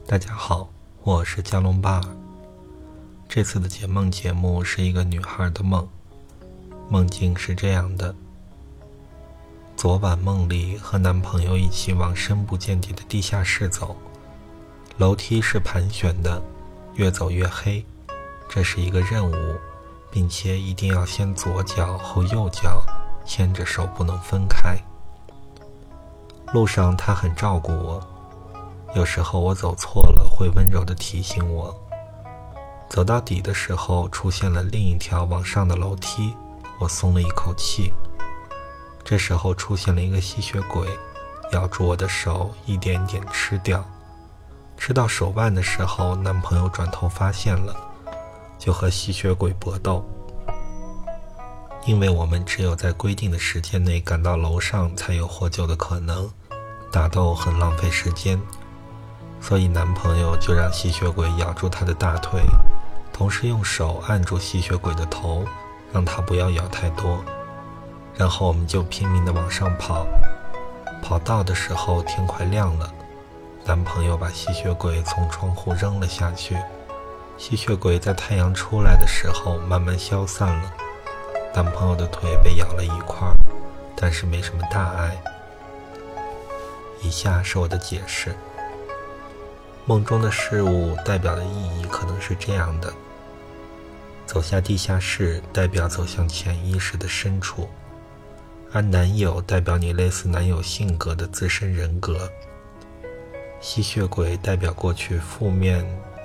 大家好，我是加隆巴尔。这次的解梦节目是一个女孩的梦，梦境是这样的：昨晚梦里和男朋友一起往深不见底的地下室走，楼梯是盘旋的，越走越黑，这是一个任务，并且一定要先左脚后右脚，牵着手不能分开。路上他很照顾我，有时候我走错了会温柔地提醒我。走到底的时候出现了另一条往上的楼梯，我松了一口气。这时候出现了一个吸血鬼，咬住我的手一点点吃掉。吃到手腕的时候，男朋友转头发现了，就和吸血鬼搏斗。因为我们只有在规定的时间内赶到楼上才有获救的可能，打斗很浪费时间，所以男朋友就让吸血鬼咬住他的大腿，同时用手按住吸血鬼的头，让他不要咬太多。然后我们就拼命地往上跑，跑到的时候天快亮了，男朋友把吸血鬼从窗户扔了下去。吸血鬼在太阳出来的时候慢慢消散了，男朋友的腿被咬了一块，但是没什么大碍。以下是我的解释。梦中的事物代表的意义可能是这样的：走下地下室代表走向潜意识的深处，而男友代表你类似男友性格的自身人格，吸血鬼代表过去负面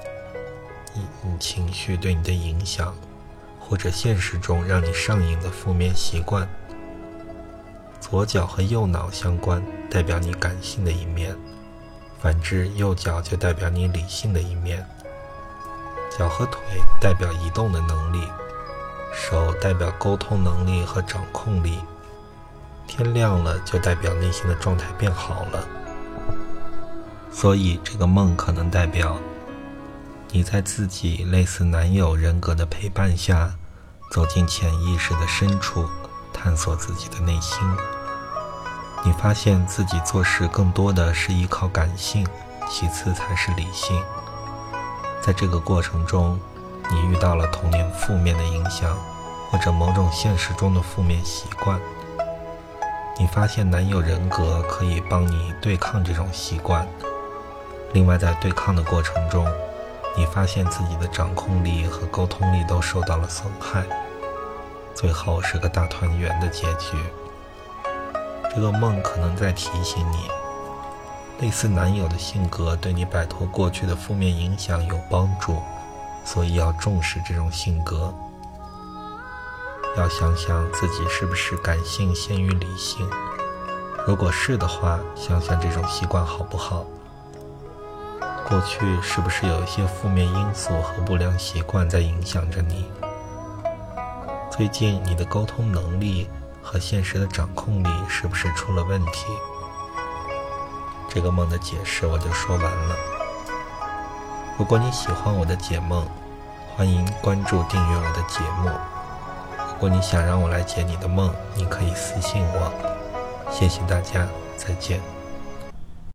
情绪对你的影响，或者现实中让你上瘾的负面习惯。左脚和右脑相关，代表你感性的一面，反之右脚就代表你理性的一面。脚和腿代表移动的能力，手代表沟通能力和掌控力。天亮了就代表内心的状态变好了。所以这个梦可能代表你在自己类似男友人格的陪伴下，走进潜意识的深处，探索自己的内心。你发现自己做事更多的是依靠感性，其次才是理性。在这个过程中，你遇到了童年负面的影响，或者某种现实中的负面习惯。你发现男友人格可以帮你对抗这种习惯。另外在对抗的过程中，你发现自己的掌控力和沟通力都受到了损害，最后是个大团圆的结局。这个梦可能在提醒你，类似男友的性格对你摆脱过去的负面影响有帮助，所以要重视这种性格。要想想自己是不是感性先于理性，如果是的话，想想这种习惯好不好。过去是不是有一些负面因素和不良习惯在影响着你？最近你的沟通能力和现实的掌控力是不是出了问题？这个梦的解释我就说完了。如果你喜欢我的解梦，欢迎关注订阅我的节目。如果你想让我来解你的梦，你可以私信我。谢谢大家，再见。